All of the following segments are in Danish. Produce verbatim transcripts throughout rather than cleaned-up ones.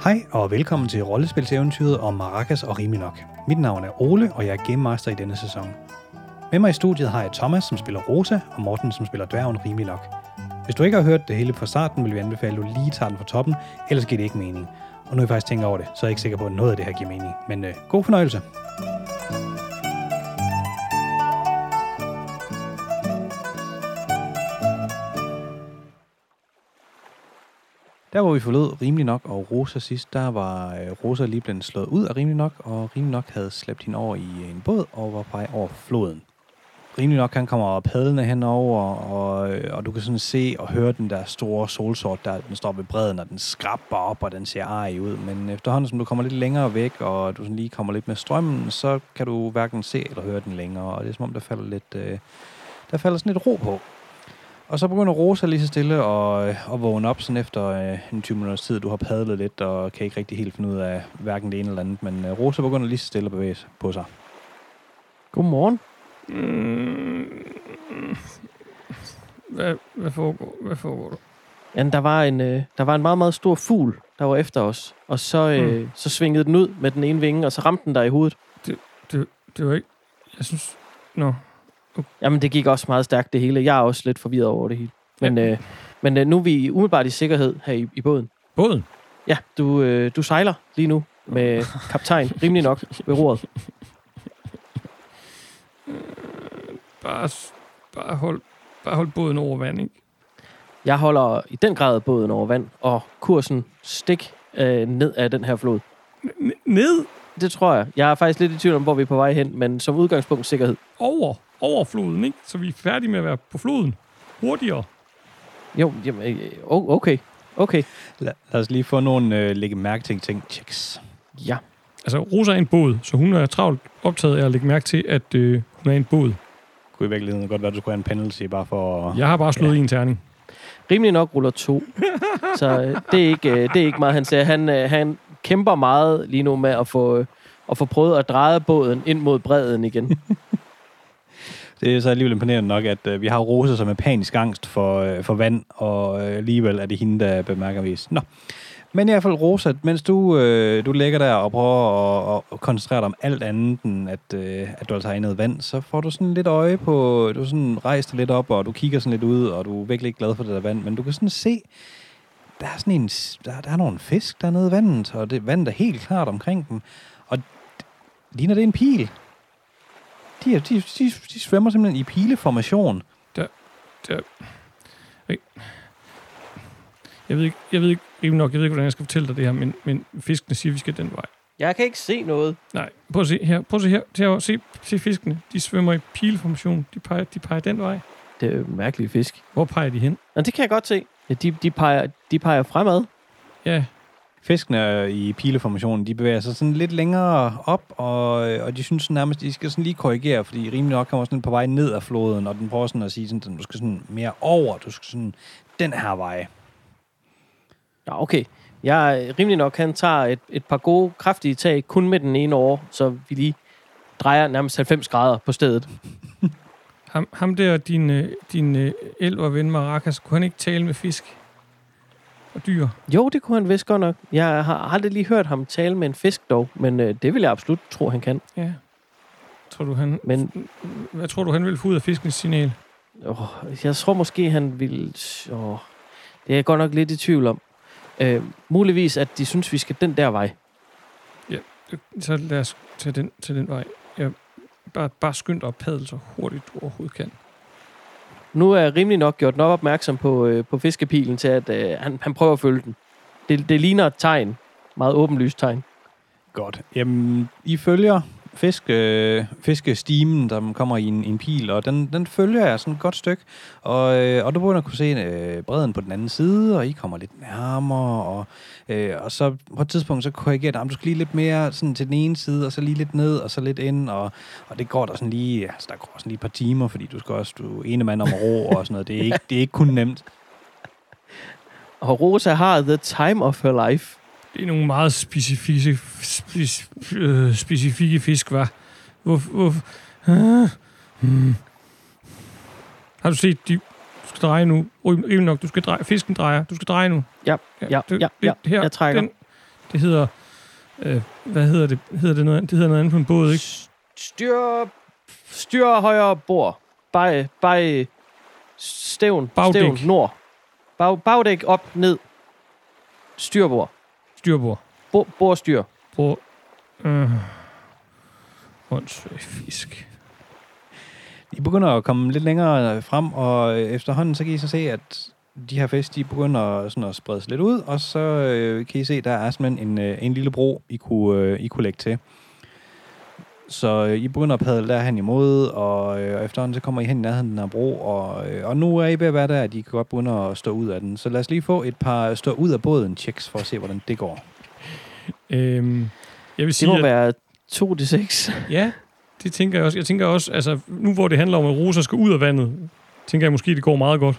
Hej og velkommen til rollespilseventyret om Maracas og Rimelig Nok. Mit navn er Ole, og jeg er Game Master i denne sæson. Med mig i studiet har jeg Thomas, som spiller Rosa, og Morten, som spiller dværgen Rimelig Nok. Hvis du ikke har hørt det hele fra starten, vil vi anbefale, at du lige tager den fra toppen, ellers giver det ikke mening. Og nu er jeg faktisk tænker over det, så er jeg ikke sikker på, at noget af det her giver mening. Men øh, god fornøjelse. Der hvor vi forlod Rimelig Nok og Rosa sidst, der var øh, Rosa lige blevet slået ud af Rimelig Nok, og Rimelig Nok havde slæbt hende over i en båd og var på vej over floden. Rimelig Nok, han kommer padlende henover, og, og du kan sådan se og høre den der store solsort, der den står ved bredden, og den skrabber op, og den ser arg ud. Men efterhånden, som du kommer lidt længere væk, og du sådan lige kommer lidt med strømmen, så kan du hverken se eller høre den længere, og det er som om, der falder lidt, øh, der falder sådan lidt ro på. Og så begynder Rosa lige så stille og, at vågne op sådan efter øh, en tyve minutters tid. Du har padlet lidt og kan ikke rigtig helt finde ud af hverken det ene eller andet, men øh, Rosa begynder lige så stille at bevæge på sig. Godmorgen. Mm, hvad, hvad foregår, hvad foregår der? Ja, der var en øh, der var en meget meget stor fugl, der var efter os, og så øh, hmm. så svingede den ud med den ene vinge, og så ramte den der i hovedet. Det det det var ikke. Jeg synes. Nå. No. Okay. Jamen det gik også meget stærkt det hele. Jeg er også lidt forvirret over det hele. Men ja. øh, men øh, nu er vi umiddelbart i sikkerhed her i, i båden. Båden? Ja, du øh, du sejler lige nu med kaptajn Rimelig Nok ved roret. Bare, bare, hold, bare hold båden over vand, ikke? Jeg holder i den grad båden over vand, og kursen stik øh, ned af den her flod. N- ned? Det tror jeg. Jeg er faktisk lidt i tvivl om, hvor vi er på vej hen, men som udgangspunkt sikkerhed. Over? Over floden, ikke? Så vi er færdige med at være på floden. Hurtigere. Jo, jamen, okay. Okay. Lad, lad os lige få nogle øh, lægge mærke til ting. Checks. Ja. Altså, Rosa er en båd, så hun er travlt optaget af at lægge mærke til, at øh, hun er en båd. Kunne i virkeligheden godt være, at du skulle have en penalty bare for... At... Jeg har bare slået ja. en terning. Rimelig Nok ruller to. Så øh, det, er ikke, øh, det er ikke meget, han siger. Han, øh, han kæmper meget lige nu med at få, øh, at få prøvet at dreje båden ind mod bredden igen. Det er så alligevel imponerende nok, at øh, vi har Rosa, som er panisk angst for, øh, for vand, og øh, alligevel er det hende, der bemærker mest. Nå. Men i hvert fald, Rosa, mens du, øh, du ligger der og prøver at, at koncentrere dig om alt andet, end at, øh, at du altså har i noget vand, så får du sådan lidt øje på, du sådan rejser lidt op, og du kigger sådan lidt ud, og du er virkelig ikke glad for det der vand, men du kan sådan se, der er sådan en, der, der er nogle fisk dernede i vandet, og det vandet er helt klart omkring dem, og det, ligner det en pil. De, de, de, de svømmer simpelthen i pileformation. Der, der, jeg ved ikke, jeg ved ikke, Rimelig Nok, jeg ved ikke, hvordan jeg skal fortælle dig det her, men, men fiskene siger, at vi skal den vej. Jeg kan ikke se noget. Nej, prøv at se her, prøv at se her, her se, se fiskene, de svømmer i pileformation, de peger, de peger den vej. Det er jo mærkelige fisk. Hvor peger de hen? Ja, det kan jeg godt se. Ja, de, de, peger, de peger fremad. Ja. Fiskene i pileformationen, de bevæger sig sådan lidt længere op, og, og de synes nærmest, de skal sådan lige korrigere, fordi Rimelig Nok kommer sådan på vej ned af floden, og den prøver sådan at sige, sådan, du skal sådan mere over, du skal sådan den her vej. Ja, okay. Jeg er Rimelig Nok, han tager et, et par gode, kraftige tag, kun med den ene over, så vi lige drejer nærmest halvfems grader på stedet. ham, ham der, din, din ældre ven Maracas, kunne han ikke tale med fisk og dyr? Jo, det kunne han vist godt nok. Jeg har aldrig lige hørt ham tale med en fisk dog, men øh, det vil jeg absolut tro, han kan. Ja. Tror du, han... Men, hvad tror du, han vil få ud af fiskens signal? Åh, jeg tror måske, han vil... Åh, det er jeg godt nok lidt i tvivl om. Øh, muligvis, at de synes, vi skal den der vej. Ja, så lad os tage den, til den vej. Ja, bare, bare skynd dig og padle så hurtigt du overhovedet kan. Nu er Rimelig Nok gjort nok opmærksom på, øh, på fiskepilen til, at øh, han, han prøver at følge den. Det, det ligner et tegn. Meget åbenlyst tegn. Godt. Jamen, I følger fiske, fiskestimen, der kommer i en, en pil, og den, den følger jeg sådan et godt stykke. Og, øh, og du begynder at kunne se øh, bredden på den anden side, og I kommer lidt nærmere, og, øh, og så på et tidspunkt, så korrigerer det, du skal lige lidt mere sådan til den ene side, og så lige lidt ned, og så lidt ind, og, og det går der sådan lige, altså der går sådan lige et par timer, fordi du skal også, du er ene mand om at ro, og sådan noget. Det er ikke, det er ikke kun nemt. Og Rosa har the time of her life. Det er nogle meget specifikke, speci- øh, specifikke fisk, hva'? Hvor, hvor, øh, hmm. Har du set, de skal dreje nu? Rimelig Nok, du skal dreje. Fisken drejer. Du skal dreje nu. Ja, ja, ja, ja, ja. Her, jeg trækker. Den, Det hedder... Øh, hvad hedder det? Hedder det, noget, det hedder noget andet på en båd, ikke? Styr... Styr højre bord. Bag... Bag... Stævn. Bagdæk. Stævn. Nord. Bag, bagdæk op, ned. Styrbord. Styrbord. Bo, bordstyr. Bord. Øh. Åndssvagt fisk. I begynder at komme lidt længere frem, og efterhånden så kan I så se, at de her fisk, de begynder sådan at spredes lidt ud, og så øh, kan I se, der er simpelthen en, øh, en lille bro, I kunne, øh, I kunne lægge til. Så øh, I begynder at padle derhen imod, og øh, efterhånden så kommer I hen i nærheden af den her bro, og, øh, og nu er I ved at være der, at I kan godt begynde at stå ud af den. Så lad os lige få et par stå ud af båden checks, for at se, hvordan det går. Øhm, jeg vil Det sige, må at, være to til seks. ja, det tænker jeg også. Jeg tænker også, altså nu hvor det handler om, at Rosa skal ud af vandet, tænker jeg måske, det går meget godt.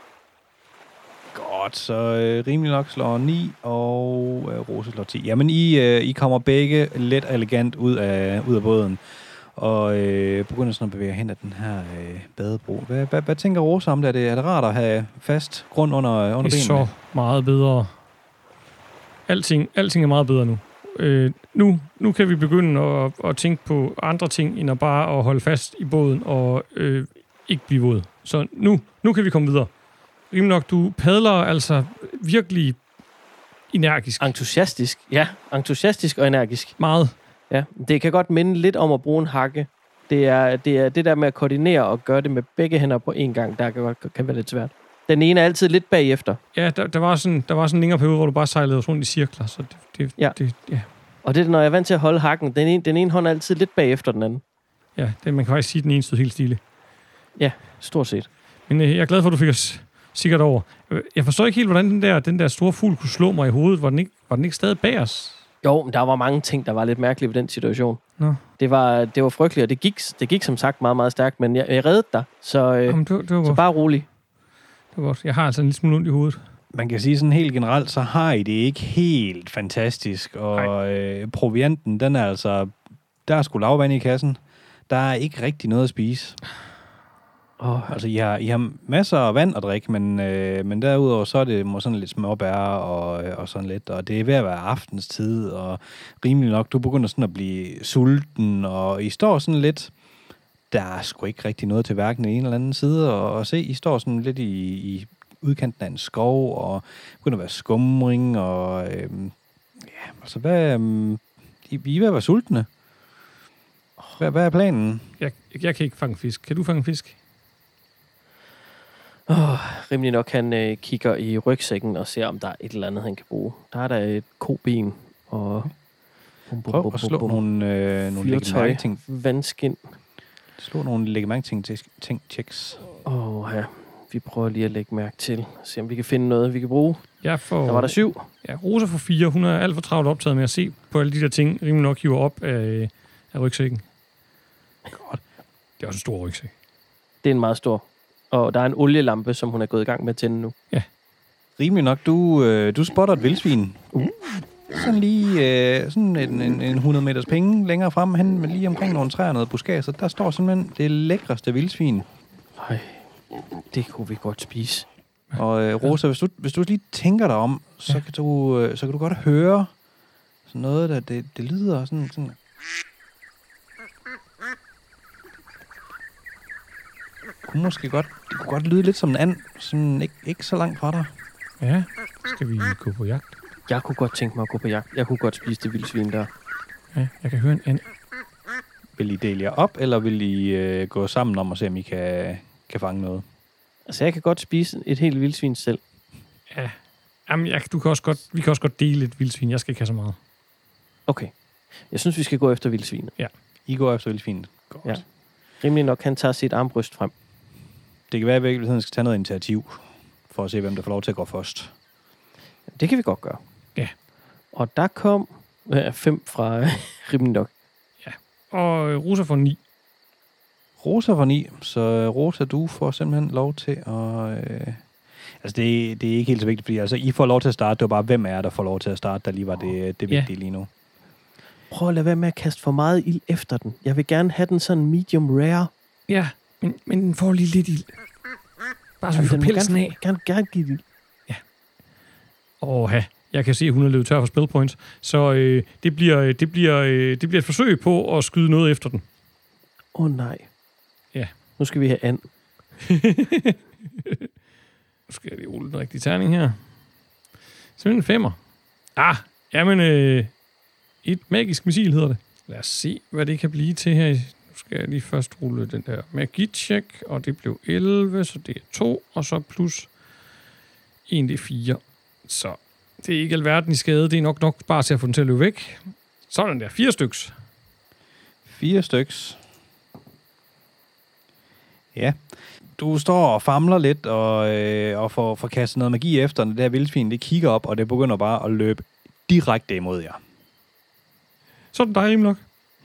Godt, så øh, rimelig nok slår ni, og øh, Rosa slår ti. Jamen, I, øh, I kommer begge let elegant ud af, ud af båden, og øh, begynder sådan at bevæge hen ad den her øh, badebro. Hvad, hvad, hvad tænker Rosa om det? Er det, er det rart at have fast grund under, under benene? Det er så meget bedre. Alting, alting er meget bedre nu. Øh, nu. Nu kan vi begynde at, at tænke på andre ting, end at bare at holde fast i båden og øh, ikke blive våd. Så nu, nu kan vi komme videre. Rimelig nok, du padler altså virkelig energisk. Entusiastisk. Ja, entusiastisk og energisk. Meget. Ja, det kan godt minde lidt om at bruge en hakke. Det er det, er det der med at koordinere og gøre det med begge hænder på én gang, der kan, godt, kan være lidt svært. Den ene er altid lidt bagefter. Ja, der, der, var sådan, der var sådan en længere periode, hvor du bare sejlede rundt i cirkler. Så det, det, Ja. det, ja. Og det er, når jeg er vant til at holde hakken. Den ene, den ene hånd er altid lidt bagefter den anden. Ja, det, man kan faktisk sige, at den ene stod helt stille. Ja, stort set. Men øh, jeg er glad for, at du fik os sikkert over. Jeg forstår ikke helt, hvordan den der, den der store fugl kunne slå mig i hovedet. Var den ikke, var den ikke stadig bag os? Jo, men der var mange ting, der var lidt mærkelige ved den situation. Nå. Det var, det var frygteligt, og det gik, det gik som sagt meget, meget stærkt, men jeg, jeg reddede dig, så, øh, Jamen, det, var- det var så godt. bare rolig. Det var godt. Jeg har altså en lille smule ondt i hovedet. Man kan sige sådan helt generelt, så har I det ikke helt fantastisk, og øh, provianten, den er altså, der er sgu lavvand i kassen. Der er ikke rigtig noget at spise. Oh, Altså, I har, I har masser af vand at drikke, men, øh, men derudover så er det måske sådan lidt småbær og, øh, og sådan lidt, og det er ved at være aftenstid, og rimelig nok, du begynder sådan at blive sulten, og I står sådan lidt, der er sgu ikke rigtig noget til hverken en eller anden side, og, og se, I står sådan lidt i, i udkanten af en skov, og begynder at være skumring, og øh, ja, altså hvad, øh, I, I er ved at være sultne. Hvad, hvad er planen? Jeg, jeg kan ikke fange fisk. Kan du fange fisk? oh, rimelig nok, han øh, kigger i rygsækken og ser, om der er et eller andet, han kan bruge. Der er der et koben og... Bum, bum, Prøv bum, at bum, slå bum. nogle, øh, nogle Fyrtøj, lægge ting. vandskin. Slå nogle lægge mærke ting, ting checks. Åh, oh, ja. Vi prøver lige at lægge mærke til. Se, om vi kan finde noget, vi kan bruge. Jeg får, Der var der syv. Ja, Rosa får fire. Hun er alt for travlt optaget med at se på alle de der ting, rimelig nok hiver op af, af rygsækken. Godt. Det er også en stor rygsæk. Det er en meget stor. Og der er en olielampe, som hun er gået i gang med at tænde nu. Rimelig nok, du, øh, du spotter et vildsvin. Uh. Sådan lige øh, sådan en, en, en hundrede meters penge længere frem, hen med lige omkring nogle træer og noget buskads, så der står simpelthen det lækreste vildsvin. Ej, det kunne vi godt spise. Og øh, Rosa, hvis du, hvis du lige tænker dig om, så, Ja. kan du, øh, så kan du godt høre sådan noget, der det, det lyder sådan... sådan det kunne måske godt, det kunne godt lyde lidt som en and, sådan ikke, ikke så langt fra dig. Ja, skal vi gå på jagt? Jeg kunne godt tænke mig at gå på jagt. Jeg kunne godt spise det vildsvin der. Ja, jeg kan høre en and. Vil I dele jer op, eller vil I øh, gå sammen om at se, om I kan, kan fange noget? Altså, jeg kan godt spise et helt vildsvin selv. Ja. Jamen, jeg, du kan også godt, vi kan også godt dele et vildsvin. Jeg skal ikke have så meget. Okay. Jeg synes, vi skal gå efter vildsvinet. I går efter vildsvinet. Godt. Ja. Rimelig nok, han tager sit armbryst frem. Det kan være, at vi i virkeligheden skal tage noget initiativ, for at se, hvem der får lov til at gå først. Det kan vi godt gøre. Ja. Og der kom øh, fem fra rimelig nok. Og øh, Rosa får ni. Rosa var ni, så Rosa, du får simpelthen lov til at... Øh... Altså, det, det er ikke helt så vigtigt, fordi altså, I får lov til at starte. Det var bare, hvem er der får lov til at starte, der lige var det, det Ja. vigtige lige nu. Prøv at lade være med at kaste for meget ild efter den. Jeg vil gerne have den sådan medium rare. Ja, men, men den får lige lidt ild. Bare så vi får Den må pelsen gerne, af. gerne, gerne give ild. Åh, ja. Jeg kan se, at hun er løbet tør for spell points. Så øh, det, bliver, det, bliver, øh, det bliver et forsøg på at skyde noget efter den. Åh oh, nej. Ja. Nu skal vi have and. Nu skal jeg lige rulle den rigtige terning her. Simpelthen en femmer. Ah, jamen, øh, et magisk missil hedder det. Lad os se, hvad det kan blive til her. Nu skal jeg lige først rulle den der magi-check, og det blev elleve, så det er to, og så plus en, det er fire. Så det er ikke alverden i skade, det er nok nok bare til at få den til at løbe væk. Sådan der, fire styks. Fire styks. Ja. Du står og famler lidt, og, øh, og får, får kastet noget magi efter, når det her vildsvin, det kigger op, og det begynder bare at løbe direkte imod jer. Så er det dig rimelig nok.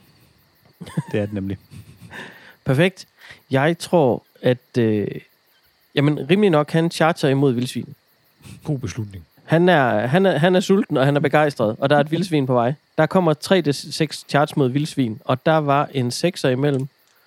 Det er det nemlig. Perfekt. Jeg tror, at... Øh, jamen, rimelig nok, han charger imod vildsvin. God beslutning. Han er, han, er, han er sulten, og han er begejstret, og der er et vildsvin på vej. Der kommer tre til seks charge mod vildsvin, og der var en sekser imellem.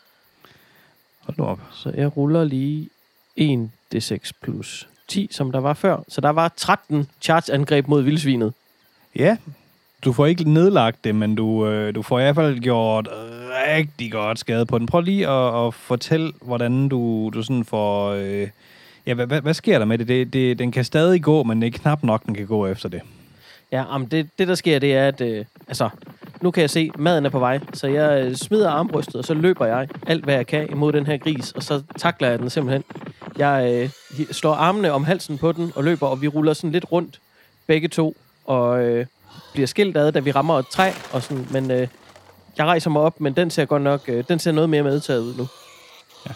Hold nu op. Så jeg ruller lige en d seks plus ti, som der var før. Så der var tretten charge-angreb mod vildsvinet. Ja, du får ikke nedlagt det, men du, øh, du får i hvert fald gjort rigtig godt skade på den. Prøv lige at, at fortælle, hvordan du, du sådan får... Øh, ja, hvad, hvad, hvad sker der med det? det? Det Den kan stadig gå, men det er knap nok, den kan gå efter det. Ja, men det, det der sker, det er, at... Øh, altså, nu kan jeg se, maden er på vej, så jeg øh, smider armbrystet, og så løber jeg alt, hvad jeg kan imod den her gris, og så takler jeg den simpelthen. Jeg øh, slår armene om halsen på den og løber, og vi ruller sådan lidt rundt, begge to, og øh, bliver skilt ad, da vi rammer et træ, og sådan, men øh, jeg rejser mig op, men den ser godt nok, øh, den ser noget mere medtaget ud nu. Ja.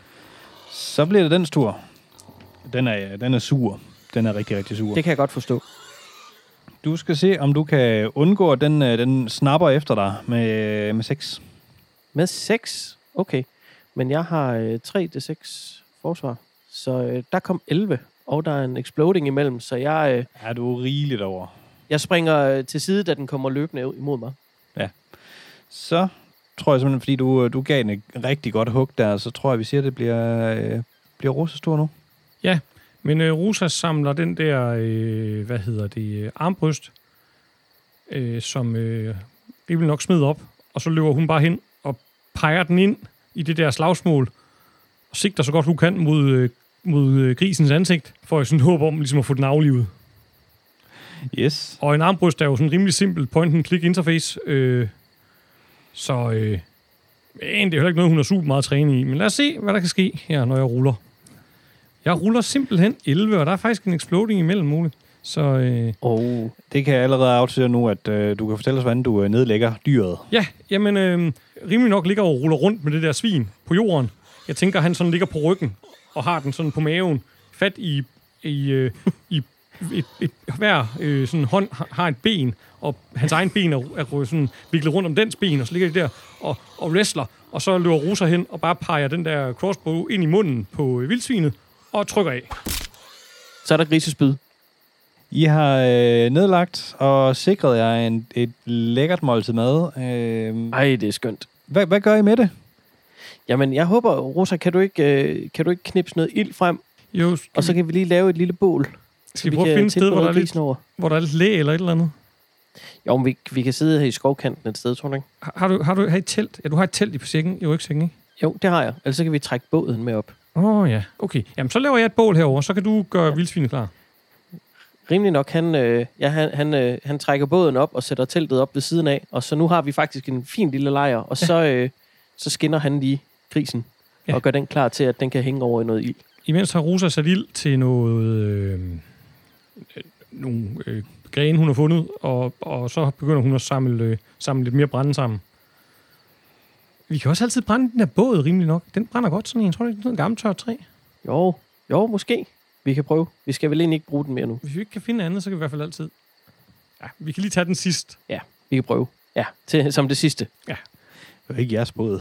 Så bliver det dens tur. Den er, den er sur. Den er rigtig, rigtig sur. Det kan jeg godt forstå. Du skal se, om du kan undgå, at den, den snapper efter dig med, med seks. Med seks? Okay. Men jeg har øh, tre d seks forsvar, så øh, der kom elleve, og der er en exploding imellem, så jeg... Øh, Ja, du er rigeligt over. Jeg springer øh, til side, da den kommer løbende imod mig. Ja. Så tror jeg simpelthen, fordi du, du gav den et rigtig godt hug der, så tror jeg, vi siger, at det bliver, øh, bliver Rosas tur nu. Ja, men øh, Rosa samler den der, øh, hvad hedder det, armbryst, øh, som øh, vi vil nok smide op, og så løber hun bare hen og peger den ind i det der slagsmål, og sigter så godt hun kan mod, øh, mod øh, grisens ansigt, for sådan håb om ligesom at få den aflivet. Yes. Og en armbryst er jo sådan en rimelig simpel point-and-click interface, øh, så øh, men det er heller ikke noget, hun har super meget træning i, men lad os se, hvad der kan ske her, når jeg ruller. Jeg ruller simpelthen elleve, og der er faktisk en exploding imellem muligt. Så øh, Oh. Det kan jeg allerede afsløre nu, at øh, du kan fortælle os, hvordan du øh, nedlægger dyret. ja, jamen øh, rimelig nok ligger og ruller rundt med det der svin på jorden. Jeg tænker, han sådan ligger på ryggen og har den sådan på maven, fat i, i, øh, i et, et, hver øh, sådan hånd har et ben, og hans egen ben er, er sådan viklet rundt om dens ben, og så ligger de der og, og wrestler, og så løber Rosa hen og bare peger den der crossbow ind i munden på øh, vildsvinet, og trykker af. Så er der grisespyd. I har øh, nedlagt og sikret jer en, et lækkert måltid mad. Øh, Ej, det er skønt. hvad, hvad gør I med det? Jamen, jeg håber, Rosa, kan du ikke, øh, kan du ikke knipse noget ild frem? Jo, Og så kan vi lige lave et lille bål. skal vi prøve at finde et sted, hvor der, er lidt, over. hvor der er lidt læ eller et eller andet? Jo, men vi, vi kan sidde her i skovkanten et sted, tror du ikke? Har, har du, har du har et telt? Ja, du har et telt i sækken, i rygsækken, ikke? Jo, det har jeg. Ellers så kan vi trække båden med op. Åh oh, ja, okay. Jamen, så laver jeg et bål herover, så kan du gøre ja. vildsvinet klar. Rimelig nok, han, øh, ja, han, han, øh, han trækker båden op og sætter teltet op ved siden af. Og så nu har vi faktisk en fin lille lejr. Og ja. så, øh, så skinner han lige grisen ja. og gør den klar til, at den kan hænge over i noget ild. Imens har Rosa sat ild til noget, øh, nogle øh, grene, hun har fundet, og, og så begynder hun at samle, øh, samle lidt mere brænde sammen. Vi kan også altid brænde den der båd, rimelig nok. Den brænder godt sådan en, tror du ikke? Sådan en gammel tørt træ. Jo, jo, måske. Vi kan prøve. Vi skal vel egentlig ikke bruge den mere nu. Hvis vi ikke kan finde andet, så kan vi i hvert fald altid... Ja, vi kan lige tage den sidst. Ja, vi kan prøve. Ja, til, som det sidste. Det er ikke jeres båd.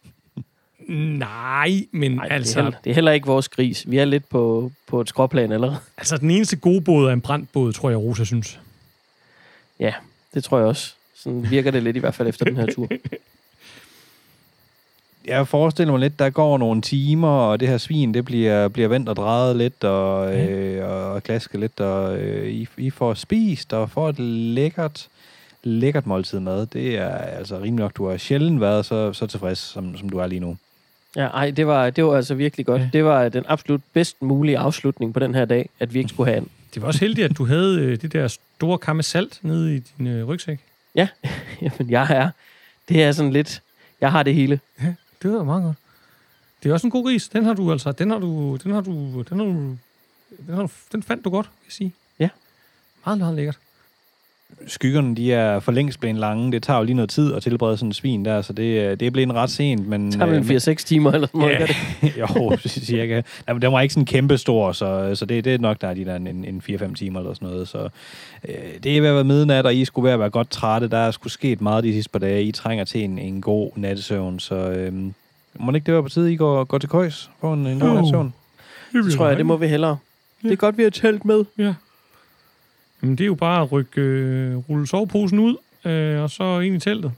Nej, men Nej, altså... det, er heller, det er heller ikke vores gris. Vi er lidt på, på et skråplan allerede. Altså, den eneste gode båd er en brændt båd, tror jeg, Rosa synes. Ja, det tror jeg også. Sådan virker det lidt i hvert fald efter den her tur. jeg forestiller mig lidt, der går nogle timer, og det her svin, det bliver, bliver vendt og drejet lidt, og, Ja. øh, og klasket lidt, og øh, I, I får spist, og får et lækkert, lækkert måltid mad. Det er altså rimelig nok, du har sjældent været så, så tilfreds, som, som du er lige nu. Ja, ej, det var, det var altså virkelig godt. Ja. Det var den absolut bedst mulige afslutning på den her dag, at vi ikke skulle have en. Det var også heldigt, at du havde øh, det der store kamme salt nede i din øh, rygsæk. Ja, jamen jeg er, det er sådan lidt, jeg har det hele. Ja, det var meget godt. Det er også en god ris. Den har du altså, den har du, den har du, den har du, den, har du, den fandt du godt, kan jeg sige. Ja. Meget, meget lækkert. Skyggerne, de er for længst blevet lange. Det tager jo lige noget tid at tilberede sådan en svin der, så det, det er blevet ret sent. Men, Det tager vel fire seks timer eller sådan noget. Ja, gør det. jo, cirka. Jamen, den var ikke sådan kæmpe stor, så, så det, det er nok, der er de der en, en fire fem timer eller sådan noget. Så øh, det er ved at være midnat, og I skulle være, være godt trætte. Der er sgu sket meget de sidste par dage. I trænger til en, en god nattesøvn, så øh, må det ikke det være på tide, I går, går til køjs for en, en god Jo. nattesøvn? Det tror jeg, det må vi hellere. Det er godt, vi har telt med. Ja. Jamen, det er jo bare at rykke, øh, rulle soveposen ud, øh, og så ind i teltet.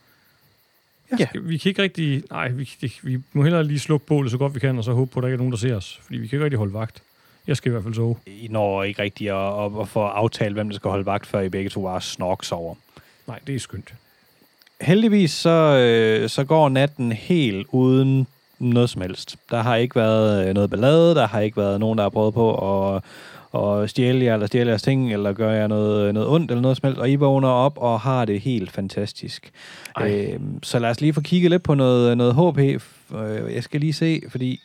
Ja. Vi kan ikke rigtig... Nej, vi, det, vi må hellere lige slukke bålet så godt vi kan, og så håbe på, at der ikke er nogen, der ser os. Fordi vi kan ikke rigtig holde vagt. Jeg skal i hvert fald sove. I når ikke rigtig at, at, at få aftalt, hvem der skal holde vagt, før I begge to bare snorks over. Nej, det er skønt. Heldigvis så, øh, så går natten helt uden noget som helst. Der har ikke været øh, noget ballade, der har ikke været nogen, der har prøvet på at, at stjæle jer, eller stjæle jeres ting, eller gøre jer noget, noget ondt, eller noget som helst, og I vågner op og har det helt fantastisk. Øh, så lad os lige få kigget lidt på noget, noget H P. Øh, jeg skal lige se, fordi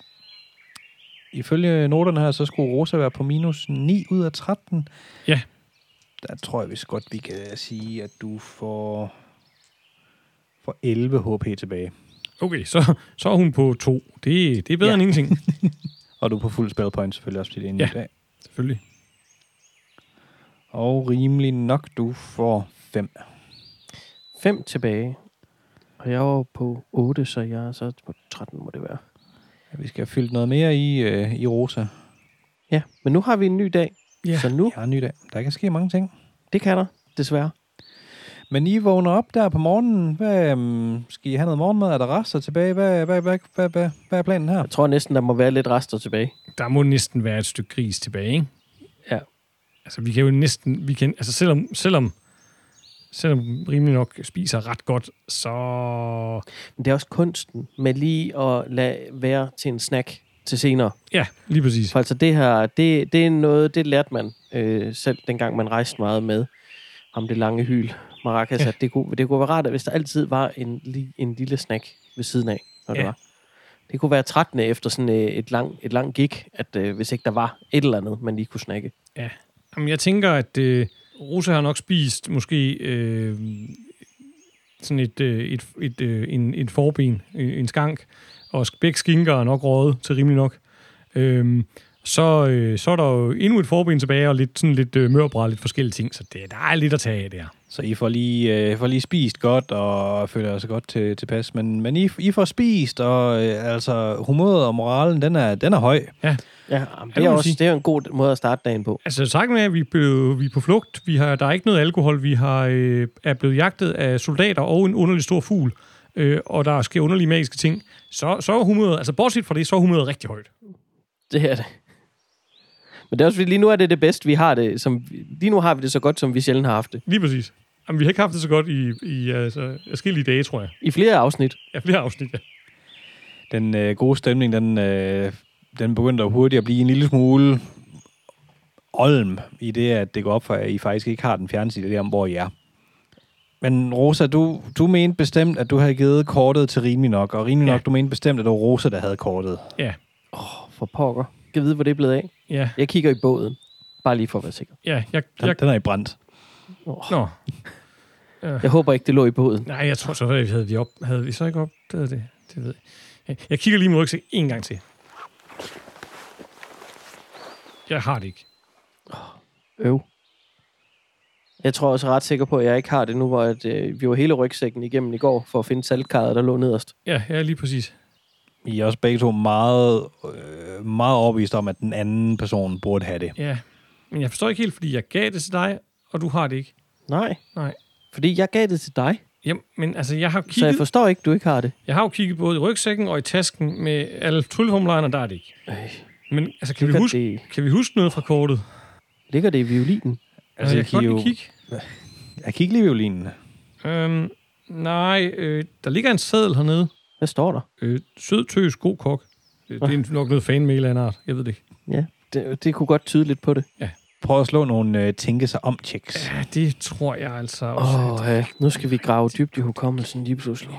ifølge noterne her, så skulle Rosa være på minus ni ud af tretten. Ja. Der tror jeg vist godt, vi kan sige, at du får... for elleve H P tilbage. Okay, så, så er hun på to. Det, det er bedre Ja. end ingenting. Og du er på fuld spell point selvfølgelig også til det ene Ja. i dag. Selvfølgelig. Og rimelig nok, du får fem. Fem tilbage. Og jeg var på otte, så jeg er så på tretten, må det være. Vi skal have fyldt noget mere i, øh, i Rosa. Ja, men nu har vi en ny dag. Ja. Så nu, Ja, en ny dag. Der kan ske mange ting. det kan der, desværre. Men I vågner op der på morgenen. Hvad, um, skal I have noget morgenmad? Er der rester tilbage? Hvad, hvad, hvad, hvad, hvad, hvad er planen her? Jeg tror næsten, der må være lidt rester tilbage. Der må næsten være et stykke gris tilbage, ikke? Ja. Altså, vi kan jo næsten... Vi kan, altså, selvom, selvom, selvom rimelig nok spiser ret godt, så... Men det er også kunsten med lige at lade være til en snack til senere. Ja, lige præcis. For altså det her, det, det er noget, det lærte man øh, selv, dengang man rejste meget med ham det lange hyl. Maracas, Ja. at det kunne, det kunne være rart, hvis der altid var en, li- en lille snack ved siden af, når Ja. det var. Det kunne være trættende efter sådan øh, et lang, et lang gig, at øh, hvis ikke der var et eller andet, man lige kunne snakke. Ja. Jamen, jeg tænker, at øh, Rosa har nok spist måske øh, sådan et, øh, et, et, øh, en, en forben, en, en skank, og begge skinker er nok røget til rimelig nok. Øhm, så, øh, så er der jo endnu et forben tilbage, og lidt, sådan lidt øh, mørbræd, lidt forskellige ting, så det, der er lidt at tage af der. Så I får lige, øh, får lige spist godt, og føler jer så godt til, tilpas. Men, men I, I får spist, og øh, altså humøret og moralen, den er, den er høj. Ja, jamen, Ja, det, det er må også, sige. det er en god måde at starte dagen på. Altså, sagt med, at vi, blev, vi er på flugt, vi har, der er ikke noget alkohol, vi har, øh, er blevet jagtet af soldater og en underlig stor fugl, øh, og der sker underlige magiske ting, så, så er humøret, altså bortset fra det, så er humøret rigtig højt. Det er det. Men det er også fordi, lige nu er det det bedste, vi har det. Som, lige nu har vi det så godt, som vi sjældent har haft det. Lige præcis. Jamen, vi har ikke haft det så godt i, i altså, forskellige dage, tror jeg. I flere afsnit. Ja, flere afsnit, ja. Den øh, gode stemning, den, øh, den begynder hurtigt at blive en lille smule olm i det, at det går op for, at I faktisk ikke har den fjerneste idé om, hvor I er. Men Rosa, du, du mente bestemt, at du havde givet kortet til Rimelig Nok, og Rimelig Ja. Nok, du mente bestemt, at det var Rosa, der havde kortet. Ja, For pokker. Jeg vide, hvor det er blevet af. ja, Jeg kigger i båden. Bare lige for at være sikker. ja. Jeg, Den, jeg, den er i brændt. Oh. nå, Jeg håber ikke, det lå i båden. nej, jeg tror så, havde vi, op, havde vi så ikke opdaget det. Det ved jeg. Jeg kigger lige mod rygsæk en gang til. Jeg har det ikke. Øv. Jeg tror også ret sikker på, at jeg ikke har det nu, hvor at, øh, vi var hele rygsækken igennem i går, for at finde saltkarret, der lå nederst. Ja, ja, lige præcis. I er også begge to meget, øh, meget overbevist om, at den anden person burde have det. Ja, men jeg forstår ikke helt, fordi jeg gav det til dig, og du har det ikke. Nej. Nej. Fordi jeg gav det til dig. Jamen, men altså, jeg har Så jeg kigget... forstår ikke, du ikke har det. Jeg har jo kigget både i rygsækken og i tasken med alle trylleformularierne, der er det ikke. Øh, Men altså, kan vi, ligger, huske, det, kan vi huske noget fra kortet? ligger det i violinen? Altså, jeg kan godt lige kigge. Jeg kigger lige violinen. Øhm, nej, øh, der ligger en seddel hernede. Hvad står der? Øh, sød, tøs, god kok. Øh, det er nok noget fanmail af en art. Jeg ved det ikke. Ja, det, det kunne godt tyde lidt på det. Prøv at slå nogle øh, tænke sig om checks. Ja, det tror jeg altså også. Åh, oh, ja. Nu skal vi grave dybt i hukommelsen lige pludselig.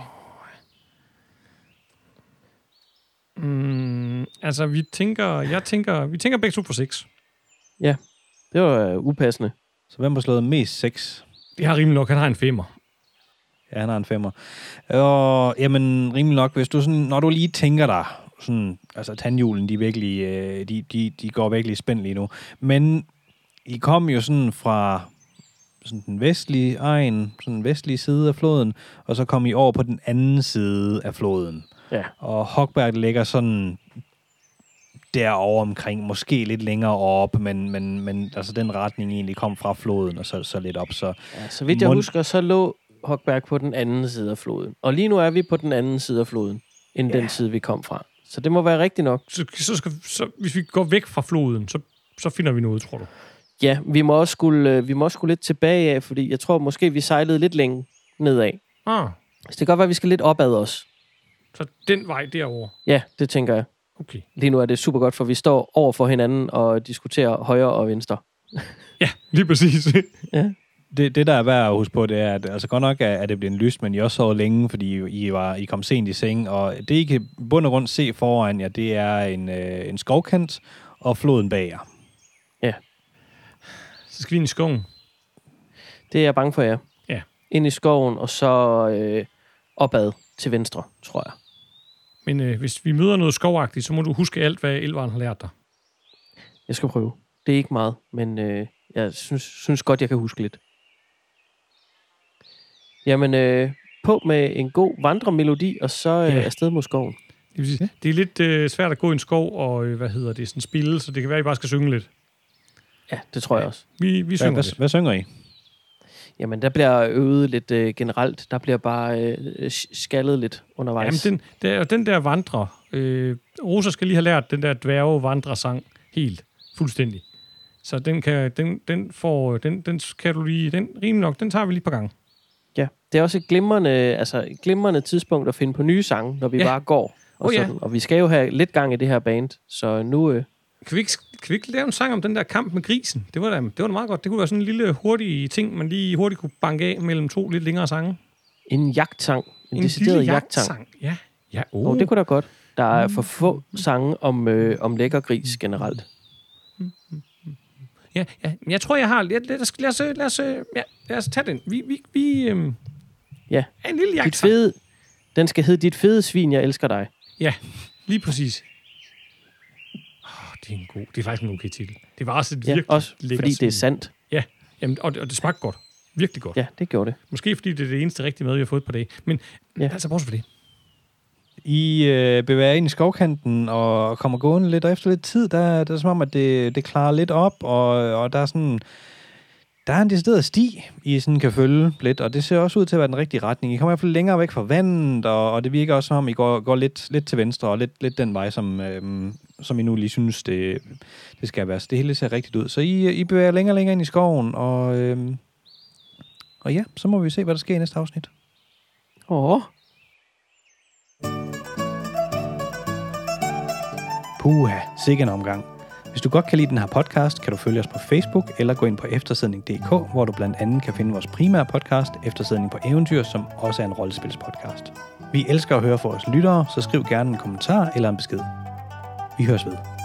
Mm, altså, vi tænker, jeg tænker, vi tænker begge to på seks. Det var uh, upassende. Så hvem har slået mest seks? Det har rimelig nok, han har en femmer. Ja, han har en femmer. Og jamen, rimelig nok, hvis du sådan, når du lige tænker dig, sådan, altså tandhjulen, de, virkelig, øh, de, de, de går virkelig spændt lige nu. Men I kom jo sådan fra sådan den vestlige egen, sådan den vestlige side af floden, og så kom I over på den anden side af floden. Ja. Og Hogberg ligger sådan derovre omkring, måske lidt længere op, men, men, men altså den retning egentlig kom fra floden, og så, så lidt op. Så, Ja, så vidt jeg Mund- husker, så lå Hogberg på den anden side af floden. Og lige nu er vi på den anden side af floden, end Ja. den side, vi kom fra. Så det må være rigtigt nok. Så, så, skal, så hvis vi går væk fra floden, så, så finder vi noget, tror du? Ja, vi må også skulle, vi må også skulle lidt tilbage af, fordi jeg tror måske, vi sejlede lidt længe nedad. Ah, Så det kan godt være, at vi skal lidt opad os. så den vej derover. Ja, det tænker jeg. Okay. Lige nu er det super godt, for vi står over for hinanden og diskuterer højre og venstre. Ja, lige præcis. Ja. Det, det, der er værd at huske på, det er, at altså godt nok er, at det bliver en lyst, men I også sovet længe, fordi I, var, I kom sent i seng, og det, I kan bund og grund se foran jer, det er en, øh, en skovkant og floden bag jer. Så skal vi ind i skoven. Det er jeg bange for, ja. Ja. Ind i skoven, og så øh, opad til venstre, tror jeg. Men øh, hvis vi møder noget skovagtigt, så må du huske alt, hvad Elvaren har lært dig. Jeg skal prøve. Det er ikke meget, men øh, jeg synes, synes godt, jeg kan huske lidt. Jamen, øh, på med en god vandremelodi, og så øh, Ja. afsted mod skoven. Det, vil sige, det er lidt øh, svært at gå i en skov og, øh, hvad hedder det, sådan spille, så det kan være, at I bare skal synge lidt. Ja, det tror jeg også. Vi, vi Hvad, synger hvad, lidt. hvad synger I? Jamen, der bliver øvet lidt øh, generelt. Der bliver bare øh, skaldet lidt undervejs. Jamen, den, der, den der vandrer, øh, Rosa skal lige have lært den der dværge-vandrer-sang helt, fuldstændig. Så den kan, den, den får, den, den kan du lige, den rimelig nok, den tager vi lige på gang. Ja, det er også et glimrende, altså et glimrende tidspunkt at finde på nye sange, når vi Ja. bare går. Og, Oh, ja. sådan. Og vi skal jo have lidt gang i det her band, så nu... Øh, Kan vi, ikke, kan vi ikke lave en sang om den der kamp med grisen? Det var da, det var da meget godt. Det kunne være sådan en lille hurtig ting, man lige hurtigt kunne banke af mellem to lidt længere sange. en jagtsang. En, en decideret jagtsang. jagtsang. Ja. Ja, oh. Oh, det kunne da godt. Der er for få sange om, øh, om lækker gris generelt. Ja, ja, men jeg tror, jeg har... Lad, lad, os, lad, os, lad, os, ja, lad os tage den. Vi, vi, vi øhm, Ja. er en lille Dit jagtsang. fede, den skal hedde Dit fede svin, jeg elsker dig. Ja, lige præcis. Oh, det er en god... Det er faktisk en okay titel. Det var også et Ja, virkelig også lækkert fordi det er svin. sandt. Ja, jamen, og, det, og det smagte godt. Virkelig godt. Ja, det gjorde det. Måske fordi det er det eneste rigtige mad, vi har fået på dage. Men Ja. ja. altså, bortset for det. I øh, bevæger ind i skovkanten og kommer gående lidt, og efter lidt tid, der, der er som om, at det, det klarer lidt op, og, og der er sådan... Der er en decideret sti, I sådan kan følge lidt, og det ser også ud til at være den rigtige retning. I kommer i hvert fald længere væk fra vandet, og, og det virker også som om, I går, går lidt, lidt til venstre, og lidt, lidt den vej, som, øhm, som I nu lige synes, det, det skal være. Så det hele ser rigtigt ud. Så I, I bevæger længere og længere ind i skoven, og, øhm, og ja, så må vi se, hvad der sker i næste afsnit. Åh, Puha, sikke en omgang. Hvis du godt kan lide den her podcast, kan du følge os på Facebook eller gå ind på eftersidning punktum d k, hvor du blandt andet kan finde vores primære podcast, Eftersidning på Eventyr, som også er en rollespilspodcast. Vi elsker at høre fra vores lyttere, så skriv gerne en kommentar eller en besked. Vi høres ved.